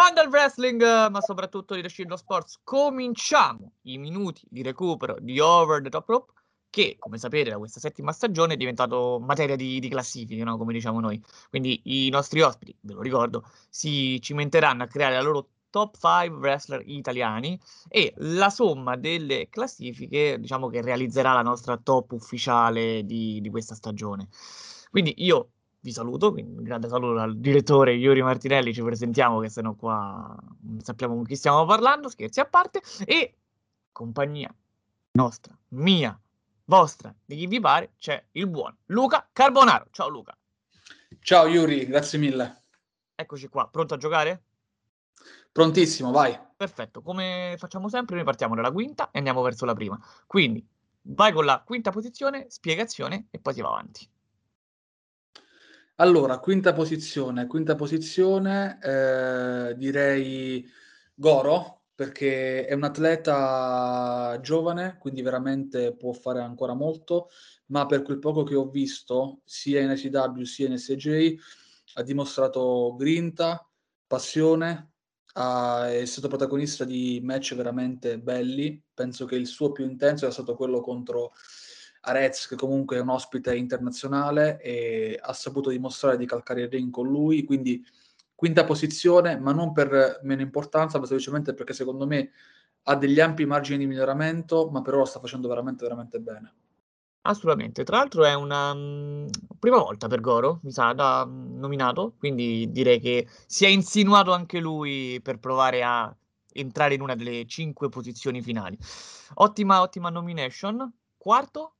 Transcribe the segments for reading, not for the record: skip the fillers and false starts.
fan del wrestling, ma soprattutto di Rescillo Sports, cominciamo i minuti di recupero di Over the Top Rope, che, come sapete, da questa settima stagione è diventato materia di classifiche, no? Come diciamo noi. Quindi i nostri ospiti, ve lo ricordo, si cimenteranno a creare la loro top 5 wrestler italiani e la somma delle classifiche, diciamo che realizzerà la nostra top ufficiale di questa stagione. Quindi io vi saluto, quindi un grande saluto al direttore Yuri Martinelli, ci presentiamo che se no qua non sappiamo con chi stiamo parlando, scherzi a parte, e compagnia nostra, mia, vostra, di chi vi pare, c'è il buon Luca Carbonaro. Ciao Luca. Ciao Yuri, grazie mille. Eccoci qua, pronto a giocare? Prontissimo, vai. Perfetto, come facciamo sempre, noi partiamo dalla quinta e andiamo verso la prima. Quindi vai con la quinta posizione, spiegazione e poi si va avanti. Allora, quinta posizione, direi Goro, perché è un atleta giovane, quindi veramente può fare ancora molto, ma per quel poco che ho visto, sia in ICW sia in SJ, ha dimostrato grinta, passione, è stato protagonista di match veramente belli. Penso che il suo più intenso è stato quello contro Arez, che comunque è un ospite internazionale e ha saputo dimostrare di calcare il ring con lui, quindi quinta posizione, ma non per meno importanza, ma semplicemente perché secondo me ha degli ampi margini di miglioramento, ma per ora sta facendo veramente, veramente bene. Assolutamente. Tra l'altro è una prima volta per Goro, mi sa, da nominato, quindi direi che si è insinuato anche lui per provare a entrare in una delle 5 posizioni finali. Ottima, ottima nomination. Quarto?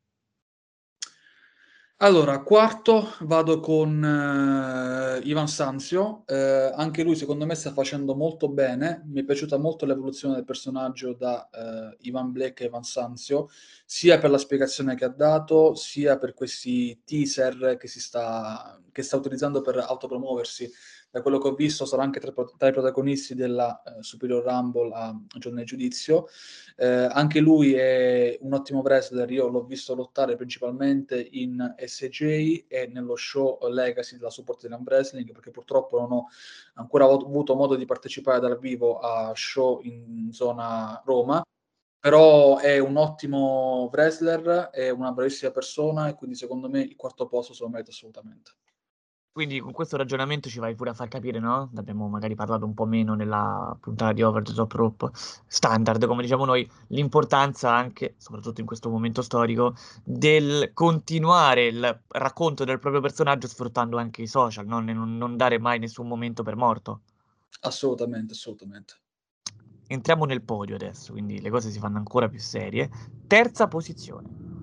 Allora, quarto vado con Ivan Sanzio, anche lui secondo me sta facendo molto bene, mi è piaciuta molto l'evoluzione del personaggio da Ivan Black a Ivan Sanzio, sia per la spiegazione che ha dato, sia per questi teaser che sta utilizzando per autopromuoversi. Da quello che ho visto sarà anche tra i protagonisti della Superior Rumble a Giorno del Giudizio. Anche lui è un ottimo wrestler, io l'ho visto lottare principalmente in SJ e nello show Legacy della Support Island Wrestling, perché purtroppo non ho ancora avuto modo di partecipare dal vivo a show in zona Roma, però è un ottimo wrestler, è una bravissima persona e quindi secondo me il quarto posto se lo merita assolutamente. Quindi con questo ragionamento ci vai pure a far capire, no? Ne abbiamo magari parlato un po' meno nella puntata di Over the Top Rope standard, come diciamo noi, l'importanza anche, soprattutto in questo momento storico, del continuare il racconto del proprio personaggio sfruttando anche i social, no? Non dare mai nessun momento per morto. Assolutamente, assolutamente. Entriamo nel podio adesso, quindi le cose si fanno ancora più serie. Terza posizione.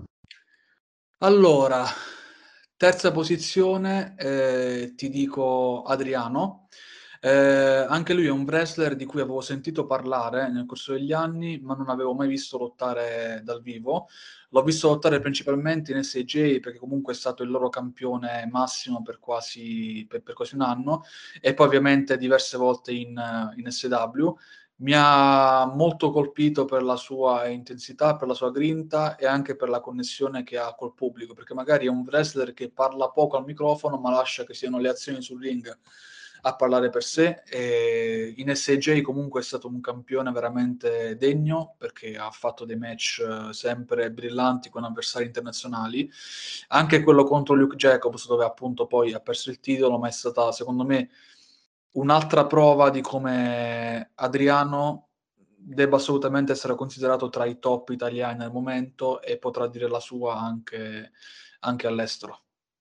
Allora, terza posizione, ti dico Adriano. Anche lui è un wrestler di cui avevo sentito parlare nel corso degli anni, ma non avevo mai visto lottare dal vivo. L'ho visto lottare principalmente in SJ, perché comunque è stato il loro campione massimo per quasi un anno, e poi ovviamente diverse volte in SW. Mi ha molto colpito per la sua intensità, per la sua grinta e anche per la connessione che ha col pubblico, perché magari è un wrestler che parla poco al microfono, ma lascia che siano le azioni sul ring a parlare per sé. E in SJ comunque è stato un campione veramente degno, perché ha fatto dei match sempre brillanti con avversari internazionali. Anche quello contro Luke Jacobs, dove appunto poi ha perso il titolo, ma è stata, secondo me, un'altra prova di come Adriano debba assolutamente essere considerato tra i top italiani al momento e potrà dire la sua anche all'estero.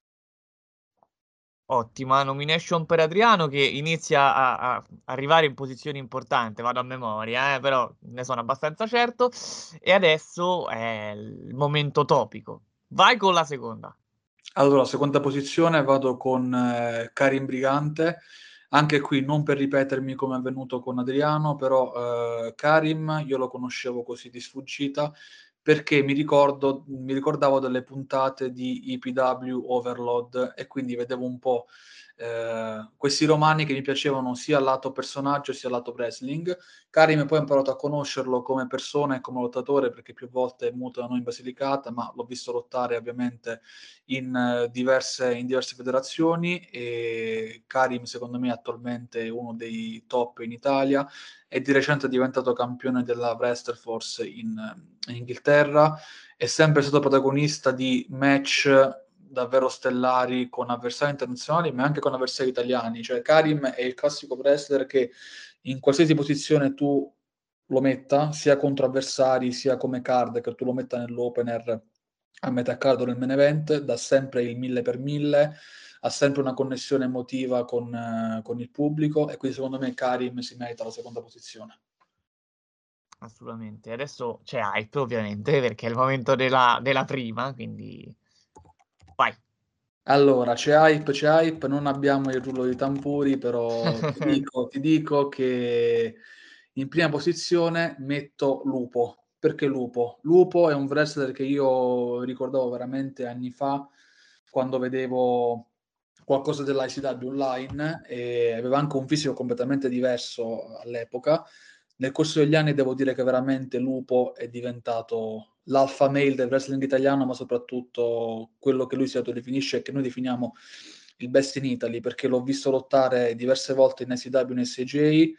Ottima nomination per Adriano che inizia a arrivare in posizioni importanti, vado a memoria, però ne sono abbastanza certo. E adesso è il momento topico. Vai con la seconda. Allora, seconda posizione vado con Karim Brigante, anche qui non per ripetermi come è avvenuto con Adriano, però Karim io lo conoscevo così di sfuggita, perché mi ricordavo delle puntate di EPW Overload e quindi vedevo un po' questi romani che mi piacevano sia lato personaggio sia lato wrestling. Karim poi ho imparato a conoscerlo come persona e come lottatore perché più volte è venuto da noi in Basilicata, ma l'ho visto lottare ovviamente in diverse federazioni e Karim secondo me attualmente è uno dei top in Italia e di recente è diventato campione della Wrestler Force in Inghilterra, è sempre stato protagonista di match davvero stellari con avversari internazionali ma anche con avversari italiani, cioè Karim è il classico wrestler che in qualsiasi posizione tu lo metta, sia contro avversari sia come card, che tu lo metta nell'opener a metà card o nel main event, dà sempre il 1000 per 1000, ha sempre una connessione emotiva con il pubblico e quindi secondo me Karim si merita la seconda posizione. Assolutamente. Adesso c'è hype, ovviamente, perché è il momento della prima, quindi vai. Allora, c'è hype, non abbiamo il rullo di tamburi, però ti dico che in prima posizione metto Lupo. Perché Lupo? Lupo è un wrestler che io ricordavo veramente anni fa, quando vedevo qualcosa dell'ICW online, e aveva anche un fisico completamente diverso all'epoca. Nel corso degli anni devo dire che veramente Lupo è diventato l'alpha male del wrestling italiano, ma soprattutto quello che lui si autodefinisce e che noi definiamo il best in Italy, perché l'ho visto lottare diverse volte in ICW e in SJ,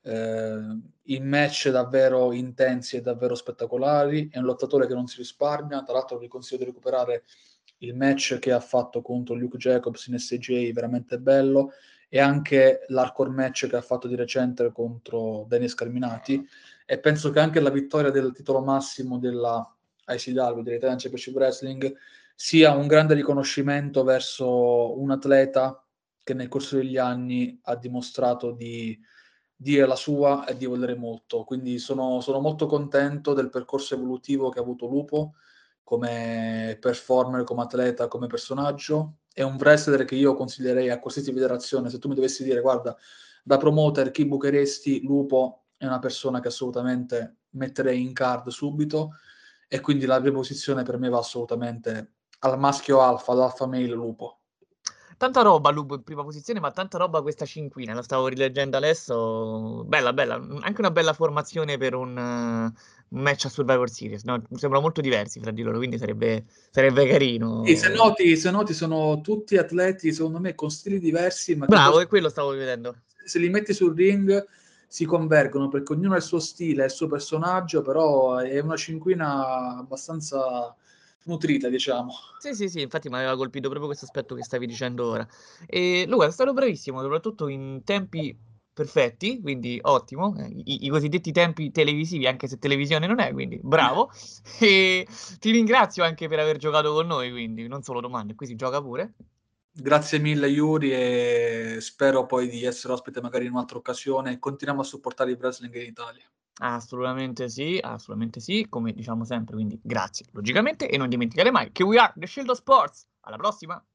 in match davvero intensi e davvero spettacolari. È un lottatore che non si risparmia. Tra l'altro vi consiglio di recuperare il match che ha fatto contro Luke Jacobs in SJ, veramente bello, e anche l'hardcore match che ha fatto di recente contro Dennis Carminati, e penso che anche la vittoria del titolo massimo della ICW, dell'Italian Championship Wrestling, sia un grande riconoscimento verso un atleta che nel corso degli anni ha dimostrato di dire la sua e di volere molto. Quindi sono molto contento del percorso evolutivo che ha avuto Lupo come performer, come atleta, come personaggio. È un wrestler che io consiglierei a qualsiasi federazione. Se tu mi dovessi dire, guarda, da promoter chi bucheresti, Lupo è una persona che assolutamente metterei in card subito, e quindi la prima posizione per me va assolutamente al maschio alfa, all'alfa male Lupo. Tanta roba Lupo in prima posizione, ma tanta roba questa cinquina, la stavo rileggendo adesso. Bella, bella, anche una bella formazione per un match a Survivor Series, no? Sembra molto diversi fra di loro, quindi sarebbe E carino. se noti sono tutti atleti, secondo me, con stili diversi, ma che poi Bravo, è quello stavo vedendo. se li metti sul ring si convergono, perché ognuno ha il suo stile, il suo personaggio, però è una cinquina abbastanza nutrita, diciamo. Sì, sì, sì, infatti mi aveva colpito proprio questo aspetto che stavi dicendo ora. E Luca, è stato bravissimo, soprattutto in tempi perfetti, quindi ottimo. I cosiddetti tempi televisivi, anche se televisione non è, quindi bravo. E ti ringrazio anche per aver giocato con noi, quindi non solo domande, qui si gioca pure. Grazie mille Yuri, e spero poi di essere ospite magari in un'altra occasione. Continuiamo a supportare il wrestling in Italia. Assolutamente sì, come diciamo sempre, quindi grazie, logicamente, e non dimenticate mai che we are the Shield of Sports. Alla prossima!